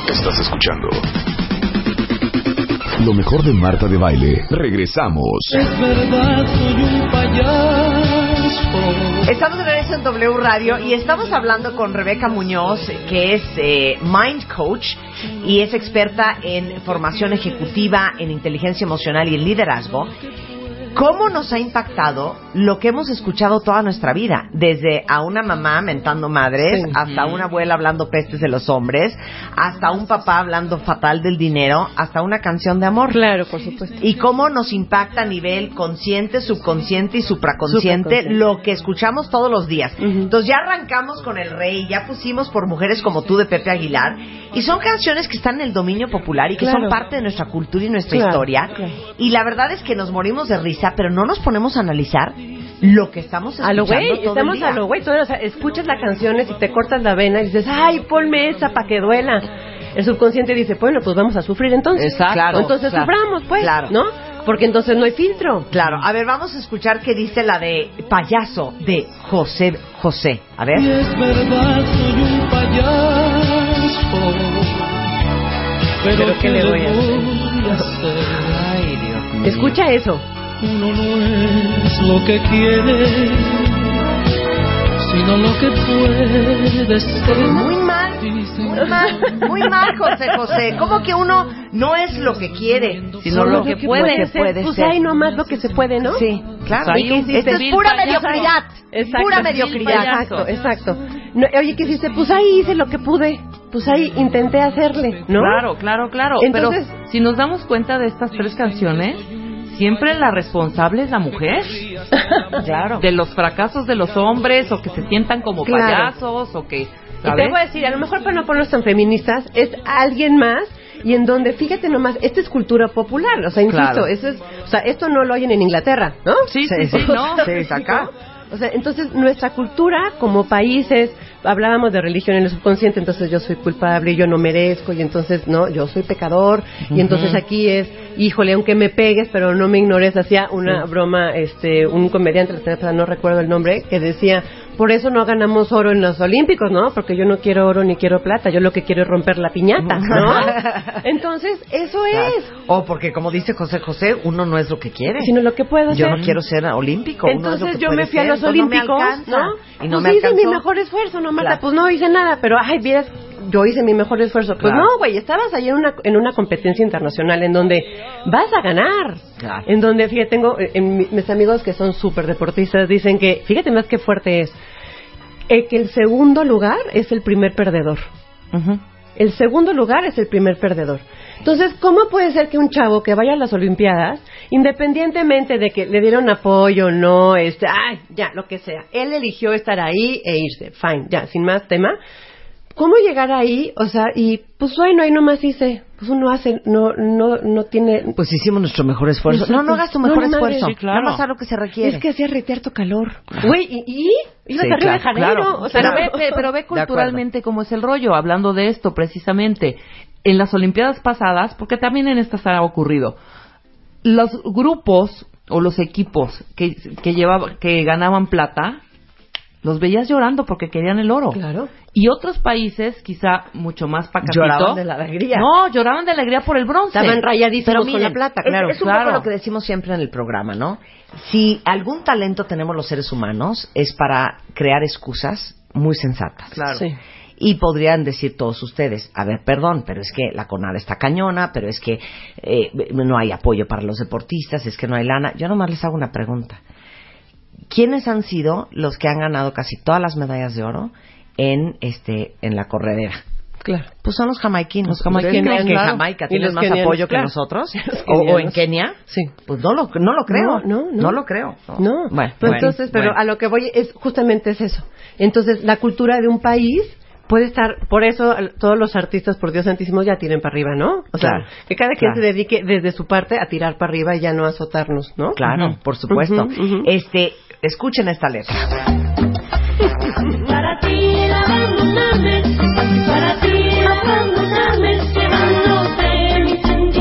Estás escuchando lo mejor de Marta de Baile. Regresamos. Es verdad, soy un payaso. Estamos de regreso en W Radio y estamos hablando con Rebeca Muñoz, que es Mind Coach y es experta en formación ejecutiva, en inteligencia emocional y en liderazgo. ¿Cómo nos ha impactado lo que hemos escuchado toda nuestra vida? Desde a una mamá mentando madres, hasta una abuela hablando pestes de los hombres, hasta un papá hablando fatal del dinero, hasta una canción de amor. Claro, por supuesto. Y cómo nos impacta a nivel consciente, subconsciente y supraconsciente lo que escuchamos todos los días. Entonces ya arrancamos con El Rey, ya pusimos Por Mujeres Como Tú de Pepe Aguilar, y son canciones que están en el dominio popular y que son parte de nuestra cultura y nuestra historia. Y la verdad es que nos morimos de risa, pero no nos ponemos a analizar lo que estamos escuchando. A lo güey, todo estamos el día. a lo güey. O sea, escuchas las canciones y te cortas la vena y dices, ay, ponme esa para que duela. El subconsciente dice, bueno, pues vamos a sufrir entonces. Exacto. Claro, entonces suframos, pues, claro. ¿no? Porque entonces no hay filtro. Claro. A ver, vamos a escuchar qué dice la de Payaso de José José. A ver. Y es verdad, soy un payaso. Pero ¿qué le voy a hacer? Ay, Dios mío. Escucha eso. Uno no es lo que quiere, sino lo que puede ser. Muy mal, José José. ¿Cómo que uno no es lo que quiere, sino lo que puede ser? Pues hay nomás lo que se puede, ¿no? Sí, claro. Pues ahí, Esto es pura mediocridad. Exacto. Pura mediocridad. Exacto. No, oye, ¿qué hiciste? Pues ahí hice lo que pude. Pues ahí intenté hacerle, ¿no? Claro. Entonces, pero si nos damos cuenta de estas tres canciones, siempre la responsable es la mujer. Claro. De los fracasos de los hombres, o que se sientan como payasos, o que... ¿sabes? Y te voy a decir, a lo mejor para no ponernos tan feministas, es alguien más, y en donde, fíjate nomás, esta es cultura popular, o sea, insisto, eso es, o sea, esto no lo oyen en Inglaterra, ¿no? Sí, ¿no? Sí, es acá. O sea, entonces nuestra cultura como países, hablábamos de religión en el subconsciente, entonces yo soy culpable y yo no merezco, y entonces no, yo soy pecador, y entonces aquí es, híjole, aunque me pegues, pero no me ignores. Hacía una broma, un comediante, no recuerdo el nombre, que decía, por eso no ganamos oro en los Olímpicos, ¿no? Porque yo no quiero oro ni quiero plata, yo lo que quiero es romper la piñata, ¿no? Entonces, eso es. O porque, como dice José José, uno no es lo que quiere, sino lo que puedo yo ser. no quiero ser olímpico. Entonces uno es lo que yo puede me fui a los ser, Olímpicos, no me alcanza, ¿no? Y no pues me hice alcanzó. mi mejor esfuerzo, no, Marta, Claro. pues no hice nada, pero ay, vieras, yo hice mi mejor esfuerzo. Pues Claro. no, güey, estabas ahí en una competencia internacional en donde vas a ganar. Claro. En donde, fíjate, tengo mis amigos que son súper deportistas, dicen que, fíjate más qué fuerte es, que el segundo lugar es el primer perdedor. El segundo lugar es el primer perdedor. Entonces, ¿cómo puede ser que un chavo que vaya a las Olimpiadas, independientemente de que le dieron apoyo o no, ya, lo que sea, él eligió estar ahí e irse, fine, ya, sin más tema, ¿cómo llegar ahí? O sea, y pues bueno, ahí nomás hice, pues uno hace, no tiene... Pues hicimos nuestro mejor esfuerzo. Exacto. No hagas tu mejor No, madre, esfuerzo. sí, claro. Nada más a lo que se requiere. Es que hacía retear tu calor. Güey, ¿y? Ibas a Río de Janeiro. claro. O sea, Pero ve De culturalmente cómo es el rollo, hablando de esto precisamente. En las Olimpiadas pasadas, porque también en estas ha ocurrido, los grupos o los equipos que ganaban plata, los veías llorando porque querían el oro. Claro. Y otros países, quizá mucho más pacatito, Lloraban de la alegría. No, lloraban de alegría por el bronce. Estaban rayadísimos Pero con miren, la plata, es- claro. es un poco lo que decimos siempre en el programa, ¿no? Si algún talento tenemos los seres humanos es para crear excusas muy sensatas. Claro. Sí. Y podrían decir todos ustedes, a ver, perdón, pero es que la CONADE está cañona, pero es que no hay apoyo para los deportistas, es que no hay lana. Yo nomás les hago una pregunta. ¿Quiénes han sido los que han ganado casi todas las medallas de oro en la corredera? Claro. Pues son los jamaiquinos. Los jamaiquinos, ¿Ustedes creen que claro. Jamaica Y tiene los más kenianos, apoyo claro. que nosotros? Los ¿O en kenianos. Kenia? Sí. Pues no lo creo. No lo creo. No. Bueno, Pues entonces, pero a lo que voy es justamente es eso. Entonces, la cultura de un país puede estar, por eso todos los artistas, por Dios santísimo, ya tiren para arriba, ¿no? O sea, Claro. que cada quien Claro. se dedique desde su parte a tirar para arriba y ya no a azotarnos, ¿no? Claro, por supuesto. Escuchen esta letra. Para ti el abandonarme, para ti el abandonarme, llevándote mis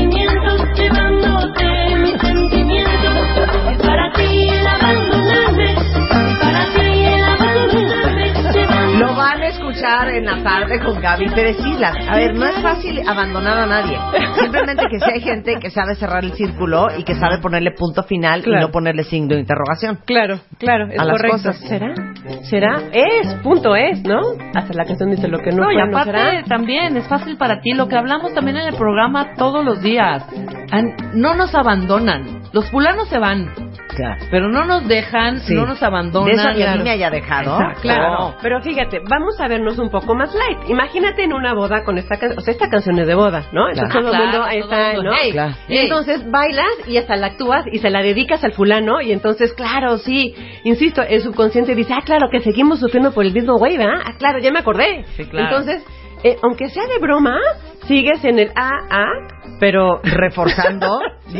sentimientos, para ti el abandonarme, para ti el abandonarme, Lo van a escuchar en la tarde tarde con Gaby, pero es Isla. A ver, no es fácil abandonar a nadie. Simplemente que si hay gente que sabe cerrar el círculo y que sabe ponerle punto final y no ponerle signo de interrogación. Claro, es a las correcto. cosas. ¿Será? Punto es, ¿no? Hasta la canción dice lo que no y fue, aparte no será. también es fácil para ti lo que hablamos también en el programa todos los días. No nos abandonan. Los fulanos se van, Claro. pero no nos dejan, no nos abandonan. De eso ni a mí Claro. me haya dejado. Exacto. Claro, No. pero fíjate, vamos a vernos un poco más light. Imagínate en una boda con esta canción, o sea, esta canción es de boda, ¿no? Entonces Claro. todo el mundo Claro, ahí todo está, el mundo, ¿no? hey, Claro. Y entonces bailas y hasta la actúas y se la dedicas al fulano y entonces, claro, sí, insisto, el subconsciente dice, claro, que seguimos sufriendo por el mismo güey, ¿verdad? Claro, ya me acordé. Sí, claro. Entonces, aunque sea de broma, sigues en el pero Reforzando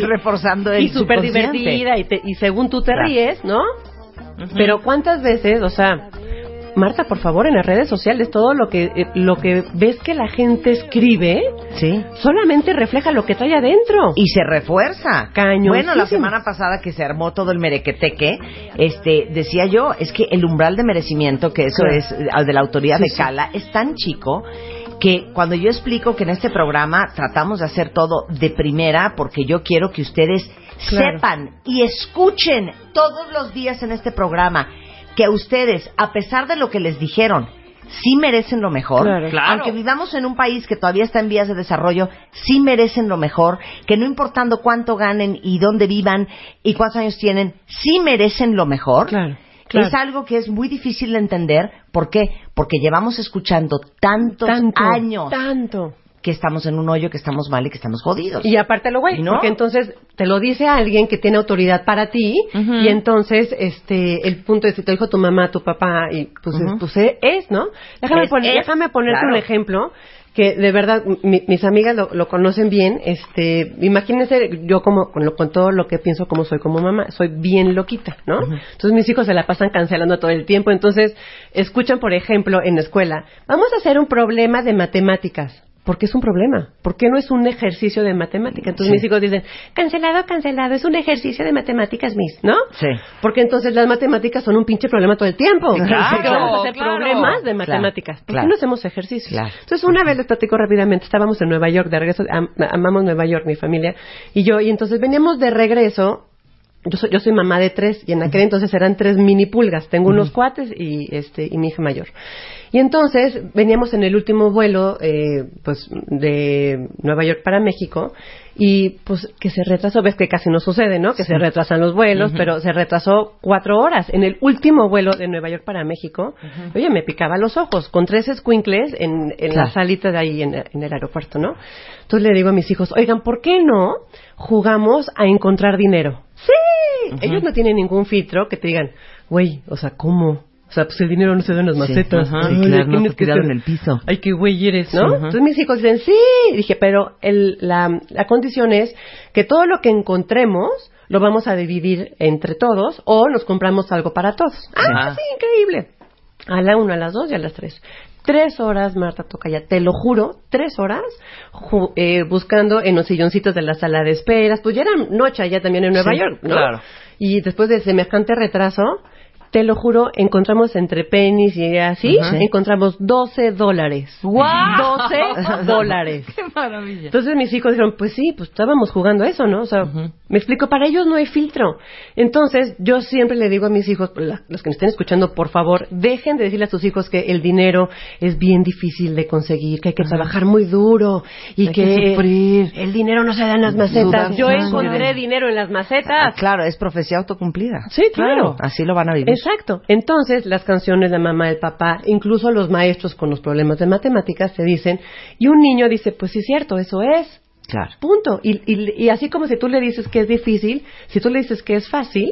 el y súper subconsciente. divertida y según tú te Claro. ríes, ¿no? Pero ¿cuántas veces, o sea, Marta, por favor, en las redes sociales todo lo que ves que la gente escribe Sí. solamente refleja lo que trae adentro. Y se refuerza. Cañoncísimo. Bueno, la semana pasada que se armó todo el merequeteque, decía yo, es que el umbral de merecimiento, que eso Claro. es al de la autoridad Sí, de sí. Cala, es tan chico que cuando yo explico que en este programa tratamos de hacer todo de primera, porque yo quiero que ustedes Claro. sepan y escuchen todos los días en este programa que a ustedes, a pesar de lo que les dijeron, sí merecen lo mejor. Claro. Claro. Aunque vivamos en un país que todavía está en vías de desarrollo, sí merecen lo mejor, que no importando cuánto ganen y dónde vivan y cuántos años tienen, sí merecen lo mejor. Claro. Es algo que es muy difícil de entender. ¿Por qué? Porque llevamos escuchando tantos años Tanto. que estamos en un hoyo, que estamos mal y que estamos jodidos. Y aparte lo güey, ¿No? porque entonces te lo dice alguien que tiene autoridad para ti y entonces el punto es si te dijo tu mamá, tu papá y pues, es, ¿no? Déjame ponerte claro. un ejemplo que de verdad mis amigas lo conocen bien. Imagínense yo con todo lo que pienso como soy como mamá, soy bien loquita, ¿no? Entonces mis hijos se la pasan cancelando todo el tiempo, entonces escuchan, por ejemplo, en la escuela, vamos a hacer un problema de matemáticas. Porque es un problema. ¿Por qué no es un ejercicio de matemáticas? Entonces mis hijos dicen, cancelado, es un ejercicio de matemáticas, Miss, ¿no? Sí. Porque entonces las matemáticas son un pinche problema todo el tiempo. Claro, Porque vamos a hacer claro. problemas de matemáticas. ¿Por Claro. qué no hacemos ejercicios? Claro. Entonces una vez les platico rápidamente, estábamos en Nueva York de regreso, amamos Nueva York, mi familia y yo, y entonces veníamos de regreso. Yo soy mamá de 3 y en aquel entonces eran 3 mini pulgas. Tengo unos cuates y mi hija mayor. Y entonces veníamos en el último vuelo, pues de Nueva York para México y pues que se retrasó. Ves que casi no sucede, ¿no? Que se retrasan los vuelos, pero se retrasó 4 horas en el último vuelo de Nueva York para México. Oye, me picaba los ojos con 3 escuincles en la salita de ahí en el aeropuerto, ¿no? Entonces le digo a mis hijos, oigan, ¿por qué no jugamos a encontrar dinero? ¡Sí! Ellos no tienen ningún filtro que te digan, güey, o sea, ¿cómo? O sea, pues el dinero no se da en las macetas. ajá. Ay, Sí, claro, tienes no, tirado ser- en el piso. Ay, qué güey eres, ¿no? Sí, ajá. Entonces mis hijos dicen, sí. Y dije, pero la condición es que todo lo que encontremos lo vamos a dividir entre todos o nos compramos algo para todos. Ajá. Sí, increíble. A la 1, a las 2 y a las 3. 3 horas, Marta Tocaya, te lo juro, 3 horas buscando en los silloncitos de la sala de esperas. Pues ya era noche allá también en Nueva Sí, York, ¿no? claro. Y después de semejante retraso, te lo juro, encontramos entre pennies y así, Ajá. encontramos $12. ¡Guau! $12. ¡Qué maravilla! Entonces mis hijos dijeron, pues sí, pues estábamos jugando a eso, ¿no? O sea, me explico, para ellos no hay filtro. Entonces, yo siempre le digo a mis hijos, los que me estén escuchando, por favor, dejen de decirle a sus hijos que el dinero es bien difícil de conseguir, que hay que trabajar muy duro y Hay que sufrir. el dinero no se da en las macetas. Sudar Yo sangre. encontré dinero en las macetas. Claro, es profecía autocumplida. Sí, claro. Así lo van a vivir. Exacto. Entonces, las canciones de mamá, el papá, incluso los maestros con los problemas de matemáticas te dicen, y un niño dice, pues sí es cierto, eso es. Claro. Punto. Y así como si tú le dices que es difícil, si tú le dices que es fácil,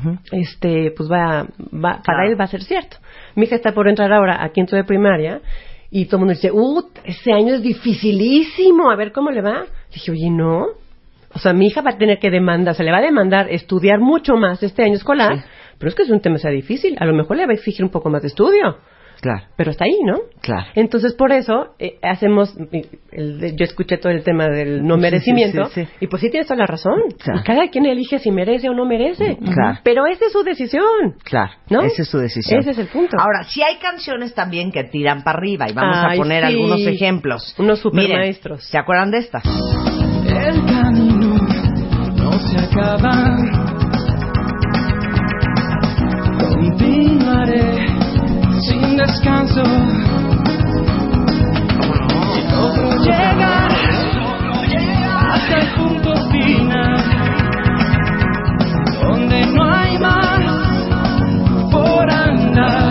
pues para él va a ser cierto. Mi hija está por entrar ahora a quinto de primaria y todo el mundo dice, ese año es dificilísimo, a ver cómo le va. Dije, oye, no. O sea, mi hija va a tener que se le va a demandar estudiar mucho más este año escolar, pero es que es un tema sea difícil. A lo mejor le va a exigir un poco más de estudio. Claro. Pero está ahí, ¿no? Claro. Entonces, por eso hacemos... yo escuché todo el tema del no merecimiento. Sí. Y pues sí tienes toda la razón. Claro. Y cada quien elige si merece o no merece. Claro. Pero esa es su decisión. Claro, ¿no? esa es su decisión. Ese es el punto. Ahora, sí hay canciones también que tiran para arriba y vamos a Ay, poner sí. algunos ejemplos. Unos Miren, supermaestros. ¿se acuerdan de esta? El camino no se acaba. Continuaré sin descanso. Si logro llegar hasta el punto final, donde no hay más por andar.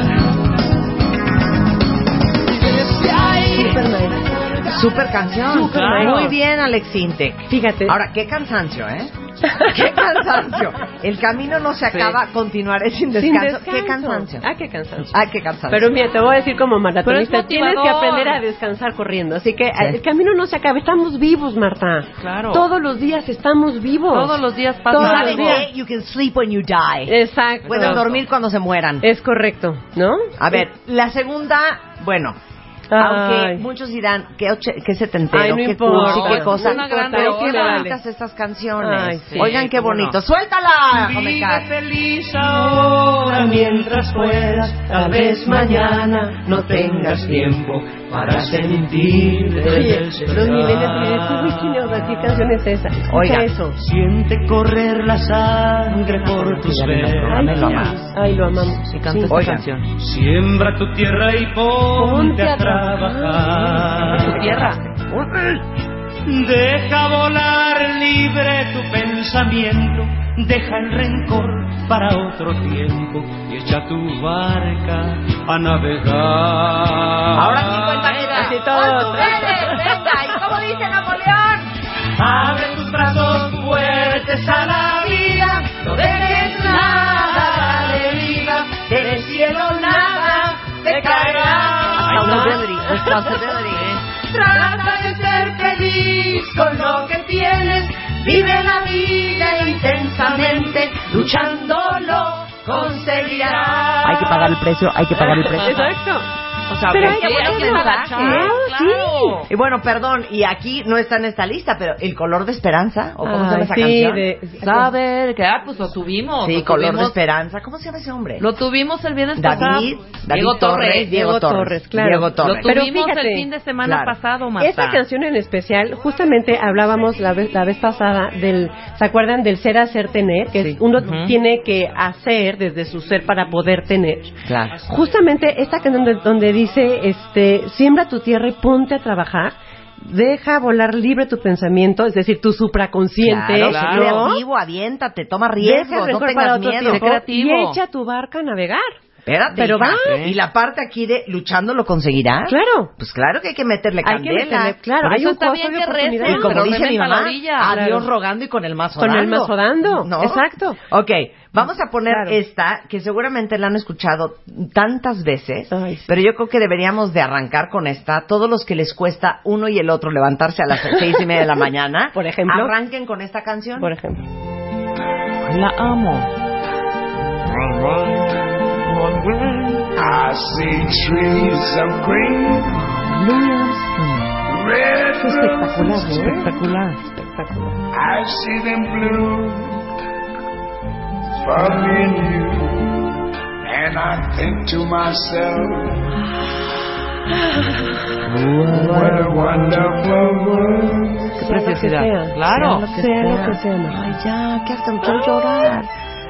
Desde ahí. Super canción. Claro. Muy bien, Alex Intec. Fíjate. Ahora, qué cansancio, ¿eh? ¡Qué cansancio! El camino no se acaba, continuaré sin descanso. ¡Qué cansancio! Qué cansancio. ¡Qué cansancio! Pero mira, te voy a decir como maratonista, Pero es tienes que motivador. aprender a descansar corriendo. Así que el camino no se acaba. Estamos vivos, Marta. Claro. Todos los días estamos vivos. Todos los días pasa Todos ¿Saben algo. qué? You can sleep when you die. Exacto. Pueden dormir cuando se mueran. Es correcto, ¿no? A ver, la segunda, bueno, aunque Ay. muchos dirán qué setentero, Ay, no qué importa. cursi, qué cosa. Es una gran Pero qué rola. bonitas estas canciones. Ay, sí. Oigan qué cómo no. bonito. ¡Suéltala! Vive Omega! feliz ahora mientras puedas. Tal vez mañana no tengas tiempo para sentir Oye, los niveles de ¿qué canción es esa? Escucha Oiga. eso. Siente correr la sangre por tus venas. Lo amamos. Ay, lo amamos. Y canta Sí. esta Oigan. canción. Siembra tu tierra y ponte a trabajar. Tu tierra. Deja volar libre tu pensamiento, deja el rencor para otro tiempo y echa tu barca a navegar. Ahora sí, cuéntame. Así todo. Venga, ¿y cómo dice Napoleón? Abre tus brazos fuertes a la vida, no dejes nada a la deriva, del cielo nada te caerá. Responsibility. Trata de ser feliz con lo que tienes, vive la vida intensamente, luchándolo conseguirás. Hay que pagar el precio, hay que pagar el precio. Exacto. O sea, Pero porque hay que hay que ponerlo. talachar, Claro, Y bueno, perdón, y aquí no está en esta lista, pero El color de esperanza, ¿o cómo se llama esa sí, canción? Saber que, pues lo tuvimos. Sí, lo Color de tuvimos, esperanza. ¿Cómo se llama ese hombre? Lo tuvimos el viernes David pasado. Diego Torres. Diego Torres, claro. Diego Lo Torres. Pero tuvimos fíjate, el fin de semana claro. pasado, Marta. Esta canción en especial, justamente hablábamos la vez pasada del, ¿se acuerdan del ser, hacer, tener? Que Sí. uno Ujú. tiene que hacer desde su ser para poder tener. Claro. Justamente esta canción donde dice, siembra tu tierra y ponte a trabajar, deja volar libre tu pensamiento, es decir, tu supraconsciente, Claro, claro. sé creativo, aviéntate, toma Deja riesgos, el no rencor para tengas otro miedo. tiempo Sé creativo. y echa tu barca a navegar. Espérate, Pero hija. va. Y la parte aquí de luchando lo conseguirás. Claro. Pues claro que hay que meterle Hay que candela. meterle- claro, Por hay eso un está costo bien de que oportunidad. recen, Y como pero dice mi remen a la mamá, orilla. a Dios Claro. rogando y con el mazo Con dando. el mazo dando. ¿No? Exacto. Ok, vamos a poner Claro. esta, que seguramente la han escuchado tantas veces, Ay, sí. pero yo creo que deberíamos de arrancar con esta. Todos los que les cuesta uno y el otro levantarse a las 6:30 de la mañana, Por ejemplo. arranquen con esta canción. Por ejemplo. La amo. I see trees of green, red roses. Espectacular. I see them blue for me and you. And I think to myself, what a wonderful world. Qué Sea lo que preciosidad. sea. Claro. Sea lo que sea. ¿no? Ay, ya, ¿qué hacen? Quiero llorar.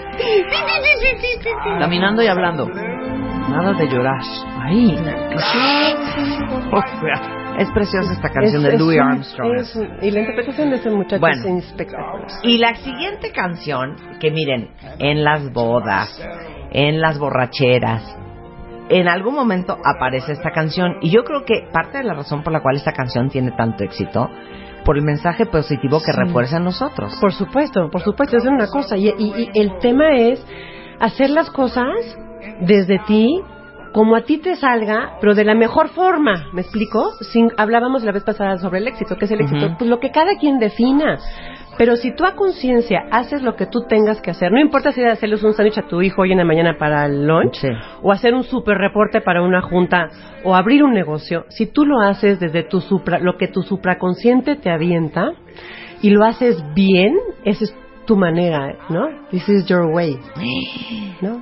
Caminando y hablando. Nada de llorar. Ay. O sea, Es preciosa esta canción de Louis Armstrong. Y la interpretación de ese muchacho Bueno. es espectacular. Y la siguiente canción, que miren, en las bodas, en las borracheras, en algún momento aparece esta canción. Y yo creo que parte de la razón por la cual esta canción tiene tanto éxito, por el mensaje positivo que refuerza en nosotros. Por supuesto, es una cosa. Y el tema es hacer las cosas desde ti, como a ti te salga, pero de la mejor forma. ¿Me explico? Hablábamos la vez pasada sobre el éxito. ¿Qué es el éxito? Ujú. Pues lo que cada quien defina. Pero si tú a conciencia haces lo que tú tengas que hacer, no importa si es hacerles un sándwich a tu hijo hoy en la mañana para el lunch, Sí. o hacer un super reporte para una junta, o abrir un negocio, si tú lo haces desde lo que tu supraconsciente te avienta, y lo haces bien, esa es tu manera, ¿no? This is your way, ¿no?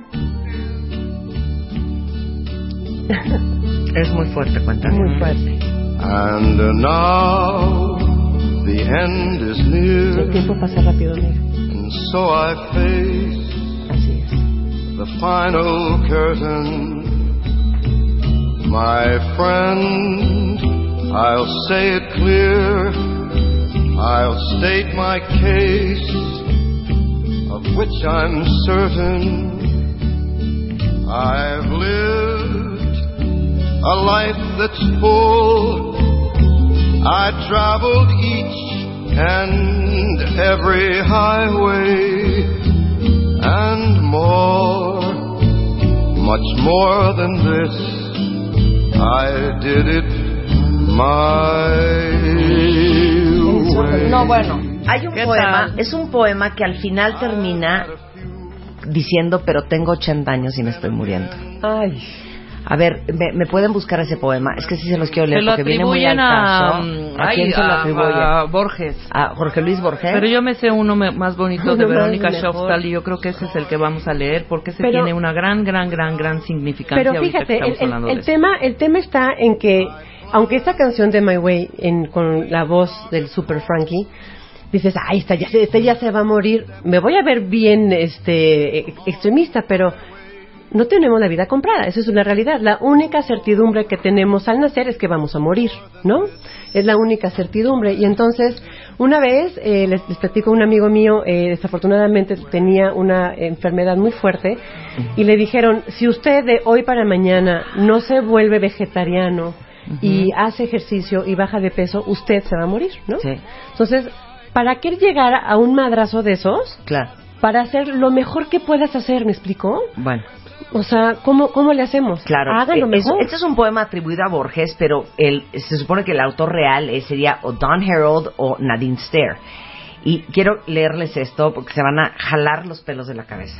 Es muy fuerte, cuéntame. Muy fuerte. And now the end is near, El tiempo pasa rápido, amiga. and so I face Así es. the final curtain. My friend, I'll say it clear, I'll state my case, of which I'm certain. I've lived a life that's full. I traveled each and every highway, and more, much more than this, I did it my way. No, bueno, hay un ¿Qué poema, tal? es un poema que al final termina diciendo, pero tengo 80 años y me estoy muriendo. Ay. A ver, ¿me pueden buscar ese poema? Es que sí se los quiero leer Se lo porque viene muy al atribuyen caso. ¿A quién se lo atribuye? a Borges. ¿A Jorge Luis Borges? Pero yo me sé uno más bonito de Uno más Verónica mejor. Schofstal y yo creo que ese es el que vamos a leer porque ese Pero- tiene una gran significancia. Pero ahorita que fíjate, estamos hablando de el eso. tema está en que, aunque esta canción de My Way, con la voz del Super Frankie, dices, ay, esta ya se va a morir, me voy a ver bien extremista, pero no tenemos la vida comprada, eso es una realidad. La única certidumbre que tenemos al nacer es que vamos a morir, ¿no? Es la única certidumbre. Y entonces, una vez, les platico, un amigo mío, desafortunadamente tenía una enfermedad muy fuerte, y le dijeron, si usted de hoy para mañana no se vuelve vegetariano y hace ejercicio y baja de peso, usted se va a morir, ¿no? Sí. Entonces, ¿para qué llegar a un madrazo de esos? Claro. Para hacer lo mejor que puedas hacer, ¿me explicó? Bueno, O sea, ¿cómo le hacemos? claro. Hagan lo mejor. Este es un poema atribuido a Borges, pero se supone que el autor real sería o Don Herold o Nadine Stair. Y quiero leerles esto porque se van a jalar los pelos de la cabeza.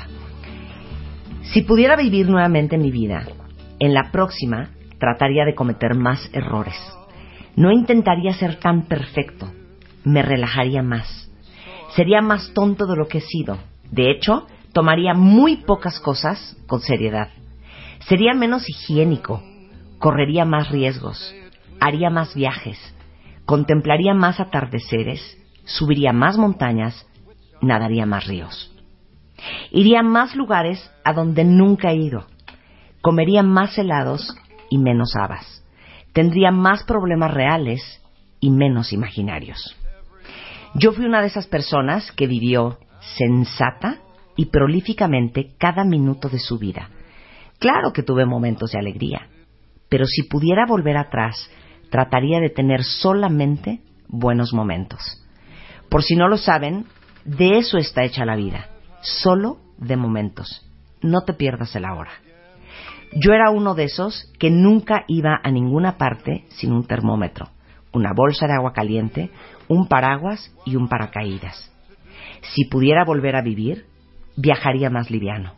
Si pudiera vivir nuevamente mi vida, en la próxima trataría de cometer más errores. No intentaría ser tan perfecto. Me relajaría más. Sería más tonto de lo que he sido. De hecho, tomaría muy pocas cosas con seriedad. Sería menos higiénico. Correría más riesgos. Haría más viajes. Contemplaría más atardeceres. Subiría más montañas. Nadaría más ríos. Iría a más lugares a donde nunca he ido. Comería más helados y menos habas. Tendría más problemas reales y menos imaginarios. Yo fui una de esas personas que vivió sensata y prolíficamente cada minuto de su vida. Claro que tuve momentos de alegría, pero si pudiera volver atrás, trataría de tener solamente buenos momentos. Por si no lo saben, de eso está hecha la vida, solo de momentos. No te pierdas el ahora. Yo era uno de esos que nunca iba a ninguna parte sin un termómetro, una bolsa de agua caliente, un paraguas y un paracaídas. Si pudiera volver a vivir, viajaría más liviano.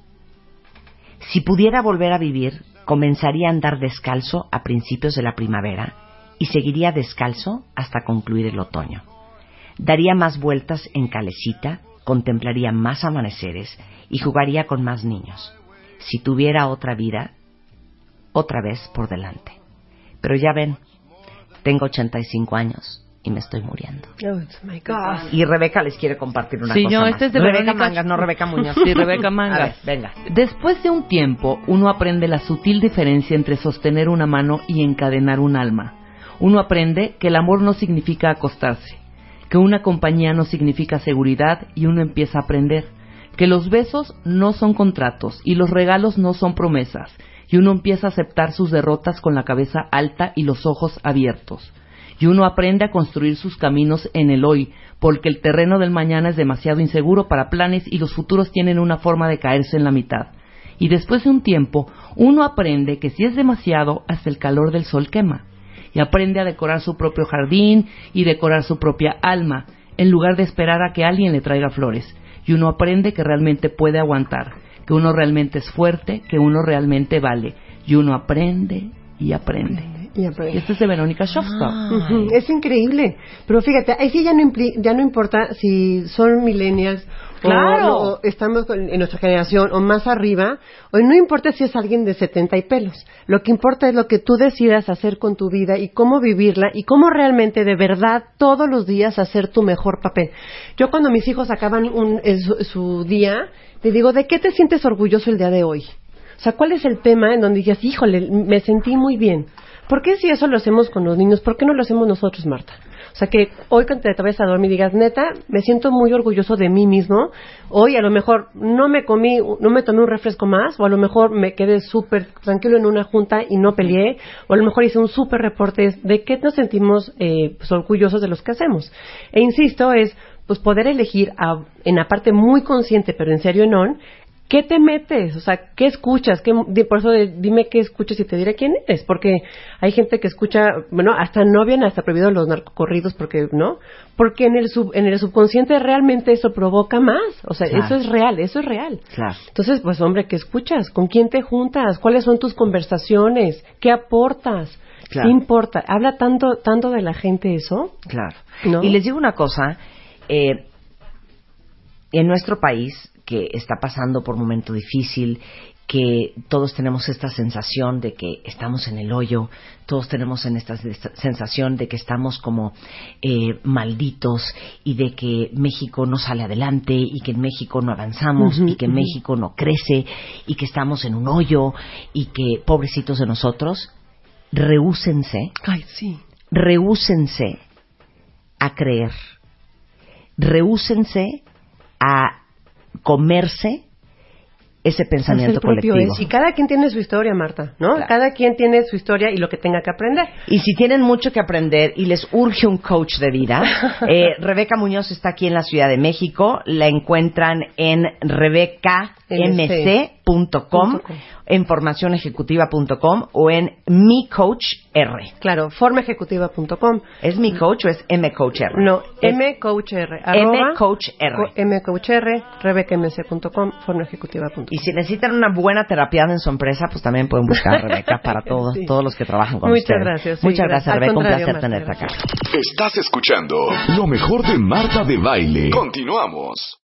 Si pudiera volver a vivir, comenzaría a andar descalzo a principios de la primavera y seguiría descalzo hasta concluir el otoño. Daría más vueltas en calecita, contemplaría más amaneceres y jugaría con más niños. Si tuviera otra vida, otra vez por delante. Pero ya ven, tengo 85 años y me estoy muriendo. Oh, my God. Y Rebeca les quiere compartir una Sí, cosa no, más. este es de Rebeca Verónica Mangas, no Rebeca Muñoz. Sí, Rebeca A Mangas. ver, venga. Después de un tiempo, uno aprende la sutil diferencia entre sostener una mano y encadenar un alma. Uno aprende que el amor no significa acostarse, que una compañía no significa seguridad, y uno empieza a aprender que los besos no son contratos y los regalos no son promesas, y uno empieza a aceptar sus derrotas con la cabeza alta y los ojos abiertos. Y uno aprende a construir sus caminos en el hoy, porque el terreno del mañana es demasiado inseguro para planes y los futuros tienen una forma de caerse en la mitad. Y después de un tiempo, uno aprende que si es demasiado, hasta el calor del sol quema. Y aprende a decorar su propio jardín y decorar su propia alma. en lugar de esperar a que alguien le traiga flores. Y uno aprende que realmente puede aguantar, que uno realmente es fuerte, que uno realmente vale. Y uno aprende y aprende. Y este es de Verónica Shofstadt. Es increíble. Pero fíjate, ahí sí ya no importa si son millennials o estamos en nuestra generación o más arriba, o no importa si es alguien de 70 y pelos. Lo que importa es lo que tú decidas hacer con tu vida y cómo vivirla y cómo realmente de verdad todos los días hacer tu mejor papel. Yo cuando mis hijos acaban su día, les digo, ¿de qué te sientes orgulloso el día de hoy? O sea, ¿cuál es el tema en donde dices, híjole, me sentí muy bien? ¿Por qué si eso lo hacemos con los niños, por qué no lo hacemos nosotros, Marta? O sea, que hoy cuando te vayas a dormir digas, neta, me siento muy orgulloso de mí mismo. Hoy a lo mejor no me tomé un refresco más, o a lo mejor me quedé súper tranquilo en una junta y no peleé, o a lo mejor hice un súper reporte. ¿De qué nos sentimos pues, orgullosos de los que hacemos? E insisto, es pues poder elegir en la parte muy consciente, pero en serio no, ¿qué te metes? O sea, ¿qué escuchas? Por eso dime qué escuchas y te diré quién eres. Porque hay gente que escucha, bueno, hasta no habían hasta prohibido los narcocorridos porque, ¿no? Porque en el subconsciente realmente eso provoca más. O sea, claro. Eso es real. Claro. Entonces, pues hombre, ¿qué escuchas? ¿Con quién te juntas? ¿Cuáles son tus conversaciones? ¿Qué aportas? Claro. ¿Qué importa? ¿Habla tanto de la gente eso? Claro. ¿No? Y les digo una cosa, en nuestro país, que está pasando por un momento difícil, que todos tenemos esta sensación de que estamos en el hoyo, todos tenemos esta sensación de que estamos como malditos y de que México no sale adelante y que en México no avanzamos y que en México no crece y que estamos en un hoyo y que pobrecitos de nosotros, rehúsense a creer, rehúsense a comerse ese pensamiento colectivo. Y cada quien tiene su historia, Marta, ¿no? Claro. Cada quien tiene su historia y lo que tenga que aprender. Y si tienen mucho que aprender y les urge un coach de vida, Rebeca Muñoz está aquí en la Ciudad de México. La encuentran en rebecamc.com, en formacionejecutiva.com o en Mi Coach R. Claro, formaejecutiva.com. ¿Es Mi Coach o es MCoachR? No, es MCoachR. MCoachR. MCoachR, rebecamc.com, formaejecutiva.com. Y si necesitan una buena terapia en su empresa, pues también pueden buscar a Rebeca para todos los que trabajan con Muchas ustedes. gracias. Muchas gracias, Al Rebeca. Un contrario, placer Marta, tenerte acá. Estás escuchando lo mejor de Marta de Baile. Continuamos.